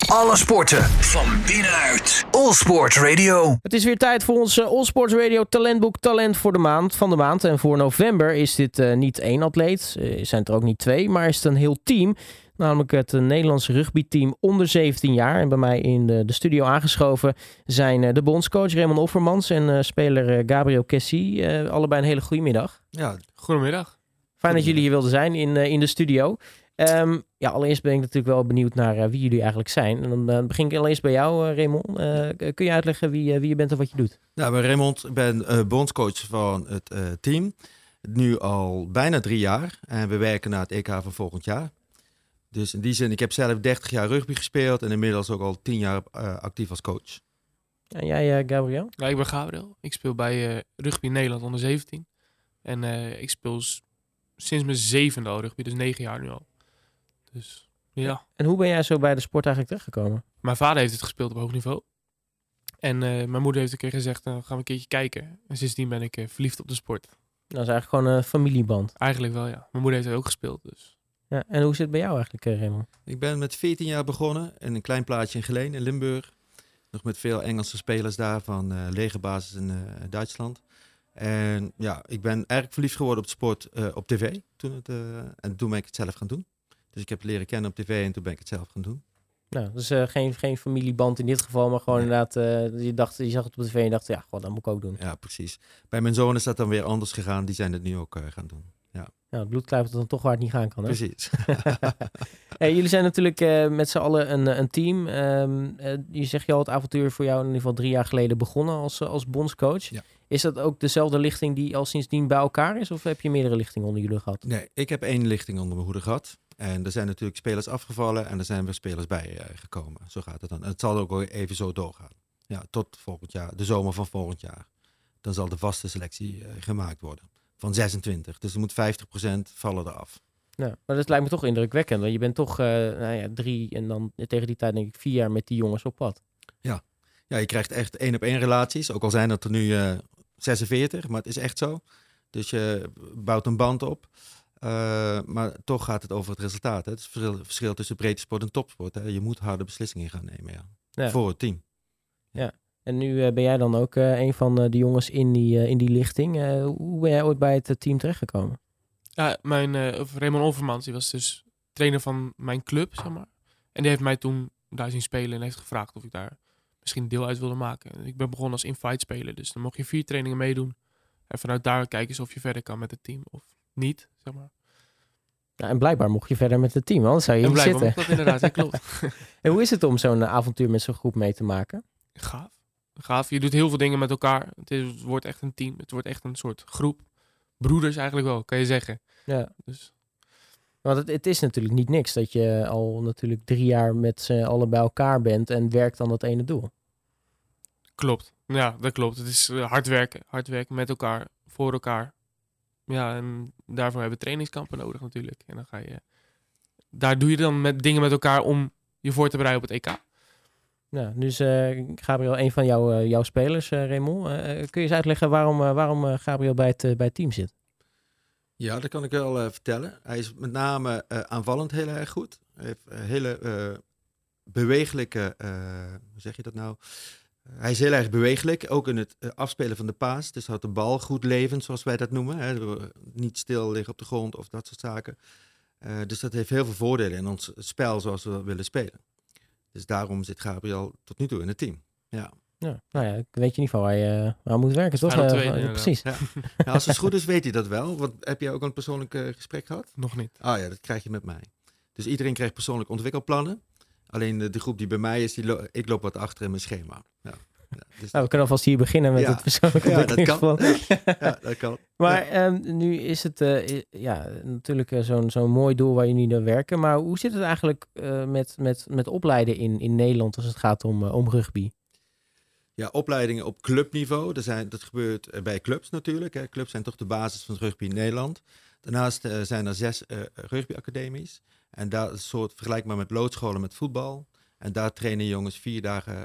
Alle sporten van binnenuit. All Sport Radio. Het is weer tijd voor ons All Sports Radio talentboek Talent voor de maand van de maand. En voor november is dit niet één atleet, zijn het er ook niet twee, maar is het een heel team. Namelijk het Nederlandse rugbyteam onder 17 jaar. En bij mij in de studio aangeschoven zijn de bondscoach Raymond Offermans en speler Gabriel Kessy. Allebei een hele goede middag. Ja, goedemiddag. Fijn dat jullie hier wilden zijn in de studio. Allereerst ben ik natuurlijk wel benieuwd naar wie jullie eigenlijk zijn. En dan begin ik allereerst bij jou, Raymond. Kun je uitleggen wie je bent en wat je doet? Nou, ik ben Raymond, ik ben bondscoach van het team. Nu al bijna 3 jaar. En we werken naar het EK van volgend jaar. Dus in die zin, ik heb zelf 30 jaar rugby gespeeld en inmiddels ook al 10 jaar actief als coach. En jij, Gabriel? Ja, ik ben Gabriel. Ik speel bij Rugby Nederland onder 17. En ik speel sinds mijn 7e al rugby, dus 9 jaar nu al. Dus ja. En hoe ben jij zo bij de sport eigenlijk terechtgekomen? Mijn vader heeft het gespeeld op hoog niveau. En mijn moeder heeft een keer gezegd, gaan we een keertje kijken. En sindsdien ben ik verliefd op de sport. Dat is eigenlijk gewoon een familieband. Eigenlijk wel, ja. Mijn moeder heeft ook gespeeld, dus. Ja, en hoe zit het bij jou eigenlijk, Raymond? Ik ben met 14 jaar begonnen in een klein plaatsje in Geleen in Limburg. Nog met veel Engelse spelers daar van legerbasis in Duitsland. En ja, ik ben eigenlijk verliefd geworden op de sport op tv. En toen ben ik het zelf gaan doen. Dus ik heb het leren kennen op tv en toen ben ik het zelf gaan doen. Nou, dus geen familieband in dit geval, maar gewoon inderdaad, je zag het op tv en dacht, ja, god, dat moet ik ook doen. Ja, precies. Bij mijn zoon is dat dan weer anders gegaan. Die zijn het nu ook gaan doen. Ja. Nou, het bloed kruipt dan toch waar het niet gaan kan, hè? Precies. Hey, jullie zijn natuurlijk met z'n allen een team. Je zegt je al, het avontuur voor jou in ieder geval 3 jaar geleden begonnen als bondscoach. Ja. Is dat ook dezelfde lichting die al sindsdien bij elkaar is? Of heb je meerdere lichtingen onder jullie gehad? Nee, ik heb 1 lichting onder mijn hoede gehad. En er zijn natuurlijk spelers afgevallen en er zijn weer spelers bij gekomen. Zo gaat het dan. En het zal ook even zo doorgaan. Ja, tot volgend jaar, de zomer van volgend jaar. Dan zal de vaste selectie gemaakt worden. Van 26. Dus er moet 50% vallen eraf. Nou, maar dat lijkt me toch indrukwekkend. Want je bent toch 3 en dan tegen die tijd denk ik 4 jaar met die jongens op pad. Ja, je krijgt echt 1-op-1 relaties. Ook al zijn het er nu 46, maar het is echt zo. Dus je bouwt een band op. Maar toch gaat het over het resultaat. Hè. Het is het verschil tussen breedte sport en topsport. Hè. Je moet harde beslissingen gaan nemen voor het team. Ja. En nu ben jij dan ook een van de jongens in die lichting. Hoe ben jij ooit bij het team terechtgekomen? Ja, Raymond Offermans, die was dus trainer van mijn club, zeg maar. En die heeft mij toen daar zien spelen en heeft gevraagd of ik daar misschien deel uit wilde maken. Ik ben begonnen als invite speler, dus dan mocht je 4 trainingen meedoen. En vanuit daar kijken eens of je verder kan met het team of niet, zeg maar. Ja, en blijkbaar mocht je verder met het team, anders zou je niet zitten. Mocht dat inderdaad, ja, klopt. En hoe is het om zo'n avontuur met zo'n groep mee te maken? Gaaf. Je doet heel veel dingen met elkaar. Het wordt echt een team. Het wordt echt een soort groep. Broeders eigenlijk wel, kan je zeggen. Ja. Dus. Want het is natuurlijk niet niks dat je al natuurlijk 3 jaar met z'n allen bij elkaar bent en werkt aan dat ene doel. Klopt. Ja, dat klopt. Het is hard werken. Hard werken met elkaar, voor elkaar. Ja, en daarvoor hebben we trainingskampen nodig natuurlijk. En dan daar doe je dan dingen met elkaar om je voor te bereiden op het EK. Ja, dus Gabriel, een van jouw spelers, Raymond. Kun je eens uitleggen waarom Gabriel bij het team zit? Ja, dat kan ik wel vertellen. Hij is met name aanvallend heel erg goed. Hij heeft hele bewegelijke, hoe zeg je dat nou? Hij is heel erg bewegelijk, ook in het afspelen van de paas. Dus houdt de bal goed levend, zoals wij dat noemen. Hè? Niet stil liggen op de grond of dat soort zaken. Dus dat heeft heel veel voordelen in ons spel zoals we willen spelen. Dus daarom zit Gabriel tot nu toe in het team. Ja. Ja, nou ja, ik weet je niet van waar je moet werken, toch? Precies. Ja. Ja, als het goed is, weet hij dat wel. Want heb jij ook een persoonlijk gesprek gehad? Nog niet. Ah ja, dat krijg je met mij. Dus iedereen krijgt persoonlijke ontwikkelplannen. Alleen de groep die bij mij is, ik loop wat achter in mijn schema. Ja. Ja, dus we kunnen alvast hier beginnen met het persoonlijke ontwikkelingsplan. Ja, dat kan. Maar nu is het natuurlijk zo'n mooi doel waar jullie naar werken. Maar hoe zit het eigenlijk met opleiden in Nederland als het gaat om rugby? Ja, opleidingen op clubniveau. Dat gebeurt bij clubs natuurlijk. Hè. Clubs zijn toch de basis van het rugby in Nederland. Daarnaast zijn er 6 rugbyacademies. En dat is een soort vergelijkbaar met loodscholen met voetbal. En daar trainen jongens 4 dagen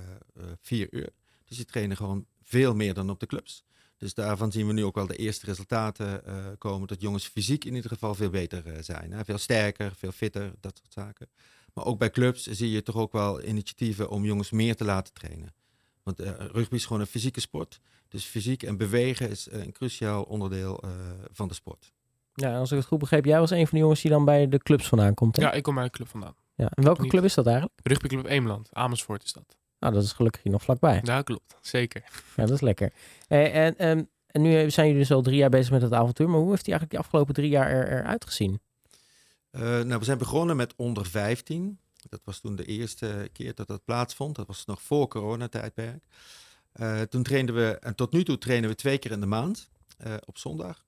4 uur. Dus die trainen gewoon veel meer dan op de clubs. Dus daarvan zien we nu ook wel de eerste resultaten komen. Dat jongens fysiek in ieder geval veel beter zijn. Hè? Veel sterker, veel fitter, dat soort zaken. Maar ook bij clubs zie je toch ook wel initiatieven om jongens meer te laten trainen. Want rugby is gewoon een fysieke sport. Dus fysiek en bewegen is een cruciaal onderdeel van de sport. Ja, als ik het goed begreep, jij was een van de jongens die dan bij de clubs vandaan komt, hè? Ja, ik kom bij de club vandaan. Ja. En welke Niet. club is dat eigenlijk? Rugbyclub Eemland, Amersfoort is dat. Nou, dat is gelukkig hier nog vlakbij. Ja, klopt. Zeker. Ja, dat is lekker. En nu zijn jullie dus al 3 jaar bezig met het avontuur. Maar hoe heeft die eigenlijk die afgelopen 3 jaar eruit gezien? We zijn begonnen met onder 15. Dat was toen de eerste keer dat dat plaatsvond. Dat was nog voor coronatijdperk. Toen trainden we, en tot nu toe trainen we 2 keer in de maand op zondag.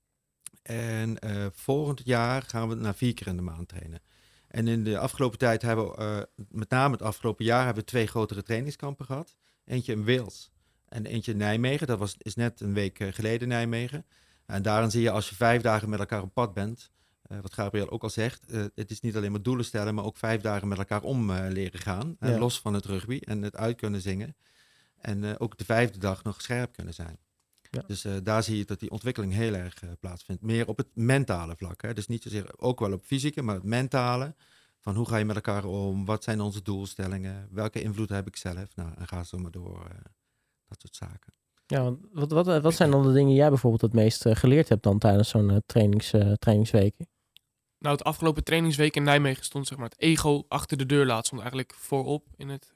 En volgend jaar gaan we naar 4 keer in de maand trainen. En in de afgelopen tijd hebben we, met name het afgelopen jaar, hebben we 2 grotere trainingskampen gehad. Eentje in Wales en eentje in Nijmegen. Dat is net een week geleden Nijmegen. En daarin zie je als je 5 dagen met elkaar op pad bent, wat Gabriel ook al zegt, het is niet alleen maar doelen stellen, maar ook 5 dagen met elkaar om leren gaan. Ja. Los van het rugby en het uit kunnen zingen. En ook de 5e dag nog scherp kunnen zijn. Ja. Dus daar zie je dat die ontwikkeling heel erg plaatsvindt. Meer op het mentale vlak. Hè? Dus niet zozeer ook wel op fysieke, maar het mentale. Van hoe ga je met elkaar om? Wat zijn onze doelstellingen? Welke invloed heb ik zelf? Nou, en ga zo maar door. Dat soort zaken. Ja, wat zijn dan de dingen die jij bijvoorbeeld het meest geleerd hebt dan tijdens zo'n trainingsweken? Nou, het afgelopen trainingsweek in Nijmegen stond zeg maar het ego achter de deur laat. Stond eigenlijk voorop in het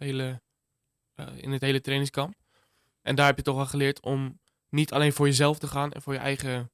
hele trainingskamp. En daar heb je toch wel geleerd om niet alleen voor jezelf te gaan en voor je eigen,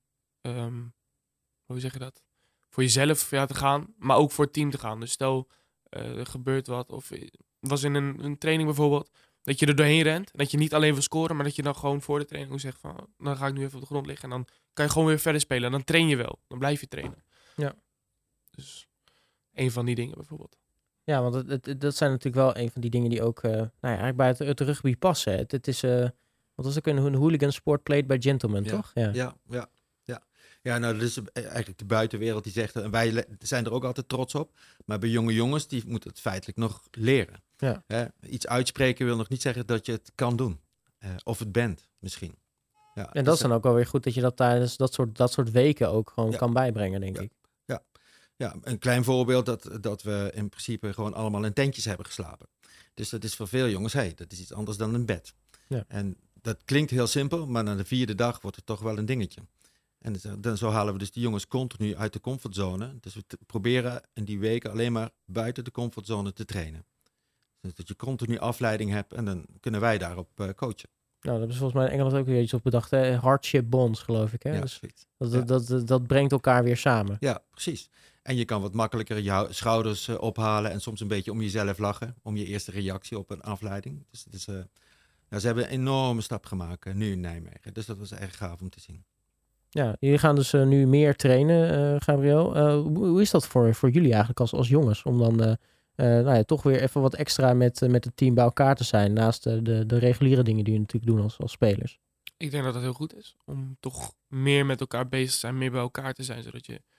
hoe zeg je dat? Voor jezelf te gaan, maar ook voor het team te gaan. Dus stel, er gebeurt wat. Of was in een training bijvoorbeeld, dat je er doorheen rent. Dat je niet alleen wil scoren, maar dat je dan gewoon voor de training zegt van, dan ga ik nu even op de grond liggen. En dan kan je gewoon weer verder spelen. En dan train je wel. Dan blijf je trainen. Ja. Dus een van die dingen bijvoorbeeld. Ja, want dat zijn natuurlijk wel een van die dingen die ook eigenlijk bij het rugby passen. Het is, wat was ook een hooligan sport played by gentlemen, toch? Ja. Ja, nou, dat is eigenlijk de buitenwereld die zegt, en wij zijn er ook altijd trots op. Maar bij jonge jongens, die moeten het feitelijk nog leren. Ja. Iets uitspreken wil nog niet zeggen dat je het kan doen. Of het bent, misschien. Ja, En dat is dan ook wel weer goed dat je dat tijdens dat soort weken ook gewoon kan bijbrengen, denk ik. Ja, een klein voorbeeld dat we in principe gewoon allemaal in tentjes hebben geslapen. Dus dat is voor veel jongens, dat is iets anders dan een bed. Ja. En dat klinkt heel simpel, maar na de 4e dag wordt het toch wel een dingetje. En dan zo halen we dus die jongens continu uit de comfortzone. Dus we proberen in die weken alleen maar buiten de comfortzone te trainen. Dus dat je continu afleiding hebt en dan kunnen wij daarop coachen. Nou, dat is volgens mij in Engeland ook weer iets op bedacht. Hè? Hardship bonds, geloof ik. Hè? Ja, Dus zoiets. dat brengt elkaar weer samen. Ja, precies. En je kan wat makkelijker je schouders ophalen en soms een beetje om jezelf lachen. Om je eerste reactie op een afleiding. Dus het is, ze hebben een enorme stap gemaakt nu in Nijmegen. Dus dat was erg gaaf om te zien. Ja, jullie gaan dus nu meer trainen, Gabriel. Hoe is dat voor jullie eigenlijk als jongens? Om dan toch weer even wat extra met het team bij elkaar te zijn. Naast de reguliere dingen die je natuurlijk doen als spelers. Ik denk dat dat heel goed is. Om toch meer met elkaar bezig te zijn. Meer bij elkaar te zijn. Zodat je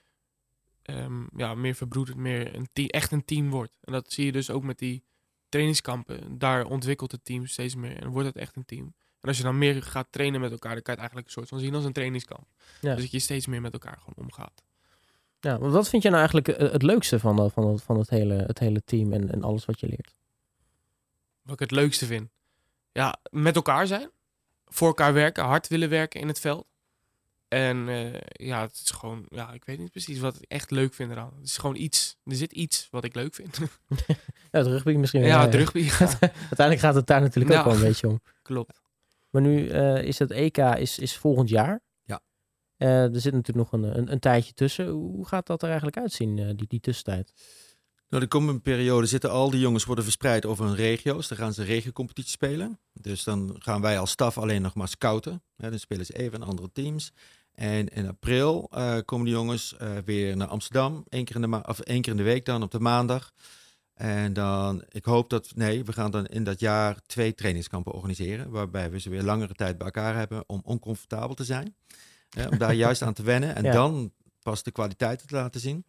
meer verbroedert. Meer echt een team wordt. En dat zie je dus ook met die trainingskampen. Daar ontwikkelt het team steeds meer. En wordt het echt een team. En als je dan meer gaat trainen met elkaar, dan kan je het eigenlijk een soort van zien als een trainingskamp. Ja. Dus dat je steeds meer met elkaar gewoon omgaat. Ja, wat vind je nou eigenlijk het leukste van het hele team en alles wat je leert? Wat ik het leukste vind? Ja, met elkaar zijn. Voor elkaar werken, hard willen werken in het veld. En het is gewoon, ik weet niet precies wat ik echt leuk vind eraan. Het is gewoon iets, er zit iets wat ik leuk vind. Ja, het rugby misschien. Ja, het rugby. Uiteindelijk gaat het daar natuurlijk ook wel een beetje om. Klopt. Maar nu is het EK is volgend jaar. Ja. Er zit natuurlijk nog een tijdje tussen. Hoe gaat dat er eigenlijk uitzien, die tussentijd? Nou, de komende periode zitten al die jongens worden verspreid over hun regio's. Dan gaan ze regiocompetitie spelen. Dus dan gaan wij als staf alleen nog maar scouten. Dan spelen ze even in andere teams. En in april komen de jongens weer naar Amsterdam. 1 keer in de week dan op de maandag. En dan, we gaan dan in dat jaar 2 trainingskampen organiseren. Waarbij we ze weer langere tijd bij elkaar hebben om oncomfortabel te zijn. Om daar juist aan te wennen. En dan pas de kwaliteiten te laten zien.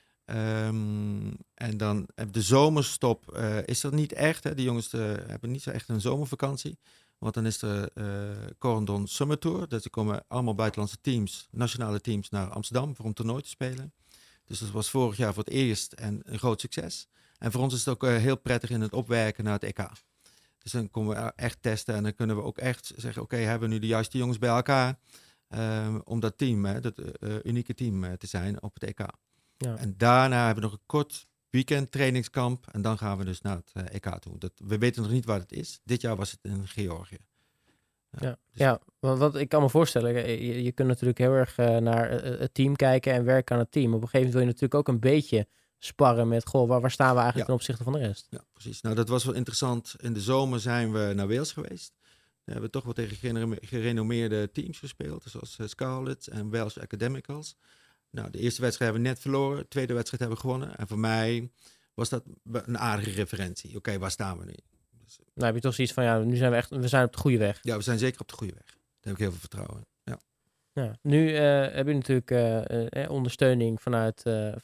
En dan de zomerstop is er niet echt. Hè. De jongens hebben niet zo echt een zomervakantie. Want dan is de Corendon Summer Tour. Dus er komen allemaal buitenlandse teams, nationale teams, naar Amsterdam voor een toernooi te spelen. Dus dat was vorig jaar voor het eerst en een groot succes. En voor ons is het ook heel prettig in het opwerken naar het EK. Dus dan komen we echt testen en dan kunnen we ook echt zeggen, oké, hebben we nu de juiste jongens bij elkaar om dat team, dat unieke team te zijn op het EK. Ja. En daarna hebben we nog een kort weekend trainingskamp en dan gaan we dus naar het EK toe. We weten nog niet waar het is. Dit jaar was het in Georgië. Ja, want ik kan me voorstellen, je kunt natuurlijk heel erg naar het team kijken en werken aan het team. Op een gegeven moment wil je natuurlijk ook een beetje sparren met, waar staan we eigenlijk ten opzichte van de rest? Ja, precies. Nou, dat was wel interessant. In de zomer zijn we naar Wales geweest. We hebben toch wel tegen gerenommeerde teams gespeeld, zoals Scarlets en Welsh Academicals. Nou, de eerste wedstrijd hebben we net verloren, de tweede wedstrijd hebben we gewonnen. En voor mij was dat een aardige referentie. Oké, waar staan we nu? Dus, nou, heb je toch zoiets van, nu zijn we zijn op de goede weg. Ja, we zijn zeker op de goede weg. Daar heb ik heel veel vertrouwen in. Ja. Ja, nu heb je natuurlijk ondersteuning vanuit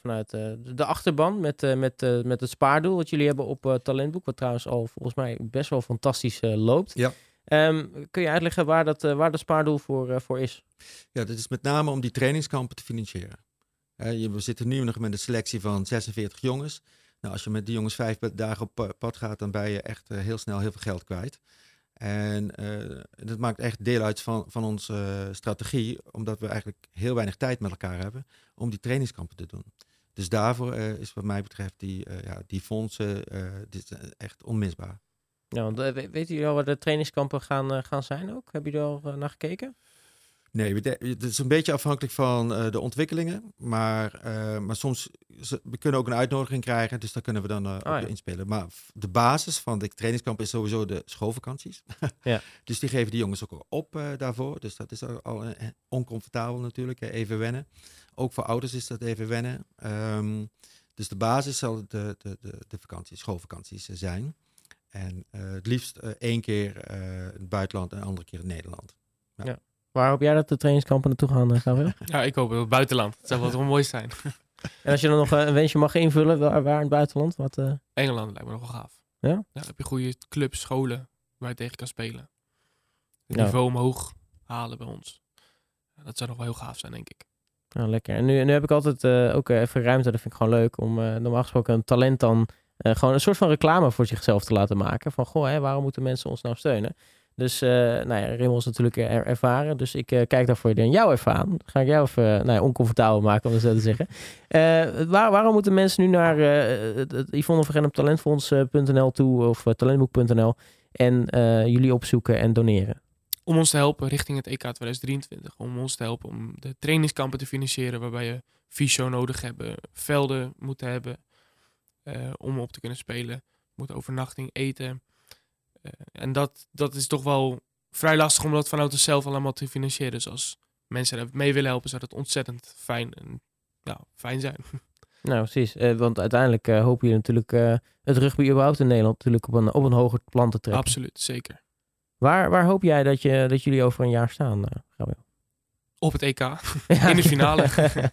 de achterban met het spaardoel wat jullie hebben op Talentboek, wat trouwens al volgens mij best wel fantastisch loopt. Ja. Kun je uitleggen waar dat spaardoel voor is? Ja, dat is met name om die trainingskampen te financieren. We zitten nu nog met een selectie van 46 jongens. Nou, als je met die jongens 5 dagen op pad gaat, dan ben je echt heel snel heel veel geld kwijt. En dat maakt echt deel uit van onze strategie, omdat we eigenlijk heel weinig tijd met elkaar hebben om die trainingskampen te doen. Dus daarvoor is wat mij betreft die fondsen dit is echt onmisbaar. Ja, want weten jullie al waar de trainingskampen gaan zijn ook? Hebben jullie er al naar gekeken? Nee, het is een beetje afhankelijk van de ontwikkelingen. Maar soms we kunnen ook een uitnodiging krijgen. Dus daar kunnen we dan inspelen. Maar de basis van de trainingskamp is sowieso de schoolvakanties. Ja. Dus die geven die jongens ook op daarvoor. Dus dat is al oncomfortabel natuurlijk. Even wennen. Ook voor ouders is dat even wennen. Dus de basis zal de vakanties, schoolvakanties zijn. En het liefst 1 keer in het buitenland en een andere keer in Nederland. Ja. Waar hoop jij dat de trainingskampen naartoe gaan, Gabriel? Ja, ik hoop het buitenland. Het zou wel mooi zijn. En als je dan nog een wensje mag invullen, waar in het buitenland? Engeland lijkt me nog wel gaaf. Ja? Ja, dan heb je goede clubs, scholen waar je tegen kan spelen. Het Ja. niveau omhoog halen bij ons. Ja, dat zou nog wel heel gaaf zijn, denk ik. Nou, lekker. En nu heb ik altijd ook even ruimte. Dat vind ik gewoon leuk om normaal gesproken een talent dan gewoon een soort van reclame voor zichzelf te laten maken. Van, waarom moeten mensen ons nou steunen? Dus, Rimmel is natuurlijk ervaren. Dus ik kijk daar voor jou even aan. Ga ik jou even oncomfortabel maken, om het zo te zeggen. Waarom moeten mensen nu naar het Yvonne van Gennep talentfonds.nl toe of talentboek.nl en jullie opzoeken en doneren? Om ons te helpen richting het EK 2023. Om ons te helpen om de trainingskampen te financieren waarbij je fysio nodig hebt, velden moeten hebben om op te kunnen spelen. Moet overnachting, eten. En dat is toch wel vrij lastig om dat vanuit onszelf allemaal te financieren. Dus als mensen er mee willen helpen, zou dat ontzettend fijn zijn. Nou, precies. Want uiteindelijk hopen jullie natuurlijk het rugby überhaupt in Nederland natuurlijk op een hoger plan te trekken. Absoluut, zeker. Waar hoop jij dat jullie over een jaar staan, Gabriel? Op het EK, in de finale.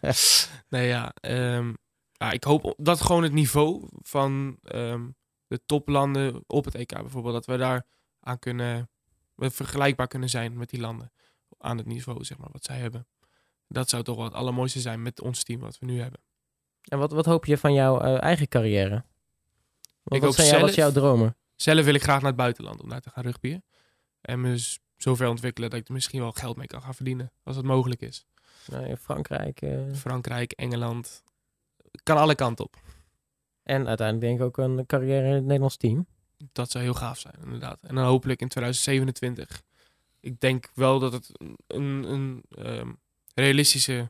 Ik hoop dat gewoon het niveau van de toplanden op het EK bijvoorbeeld, dat we daar aan vergelijkbaar kunnen zijn met die landen. Aan het niveau, zeg maar, wat zij hebben. Dat zou toch wel het allermooiste zijn met ons team wat we nu hebben. En wat hoop je van jouw eigen carrière? Wat zijn jouw dromen? Zelf wil ik graag naar het buitenland om daar te gaan rugbyen. En me zover ontwikkelen dat ik er misschien wel geld mee kan gaan verdienen. Als dat mogelijk is. Frankrijk. Engeland. Kan alle kanten op. En uiteindelijk denk ik ook een carrière in het Nederlands team. Dat zou heel gaaf zijn, inderdaad. En dan hopelijk in 2027. Ik denk wel dat het een realistische...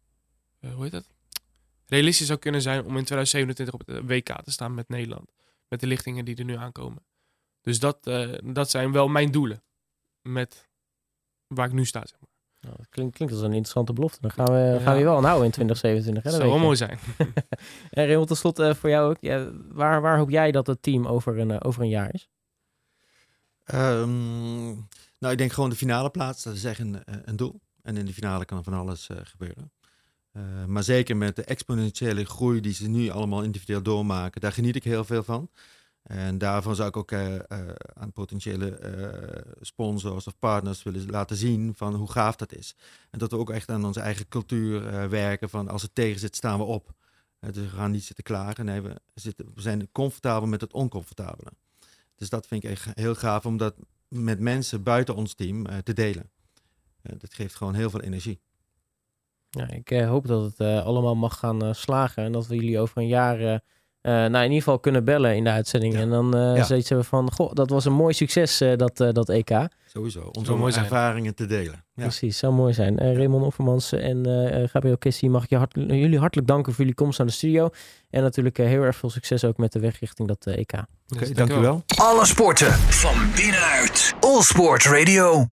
realistisch zou kunnen zijn om in 2027 op het WK te staan met Nederland. Met de lichtingen die er nu aankomen. Dus dat zijn wel mijn doelen. Met waar ik nu sta, zeg maar. Nou, dat klinkt als een interessante belofte. Dan gaan we wel aan houden in 2027. Dat zou wel mooi zijn. En Raymond, tot slot voor jou ook. Ja, waar hoop jij dat het team over een jaar is? Ik denk gewoon de finale plaats. Dat is echt een doel. En in de finale kan er van alles gebeuren. Maar zeker met de exponentiële groei die ze nu allemaal individueel doormaken, daar geniet ik heel veel van. En daarvan zou ik ook aan potentiële sponsors of partners willen laten zien van hoe gaaf dat is. En dat we ook echt aan onze eigen cultuur werken van als het tegen zit, staan we op. Dus we gaan niet zitten klagen. Nee, we zijn comfortabel met het oncomfortabele. Dus dat vind ik echt heel gaaf om dat met mensen buiten ons team te delen. Dat geeft gewoon heel veel energie. Ja, ik hoop dat het allemaal mag gaan slagen. En dat we jullie over een jaar in ieder geval kunnen bellen in de uitzending. Ja. En dan zoiets hebben van, goh, dat was een mooi succes, dat EK. Sowieso, onze ervaringen te delen. Ja. Precies, zou mooi zijn. Raymond Offermans en Gabriel Kessie, mag ik jullie hartelijk danken voor jullie komst aan de studio. En natuurlijk heel erg veel succes ook met de weg richting dat EK. Oké, dank u wel. Alle sporten van binnenuit. All Sport Radio.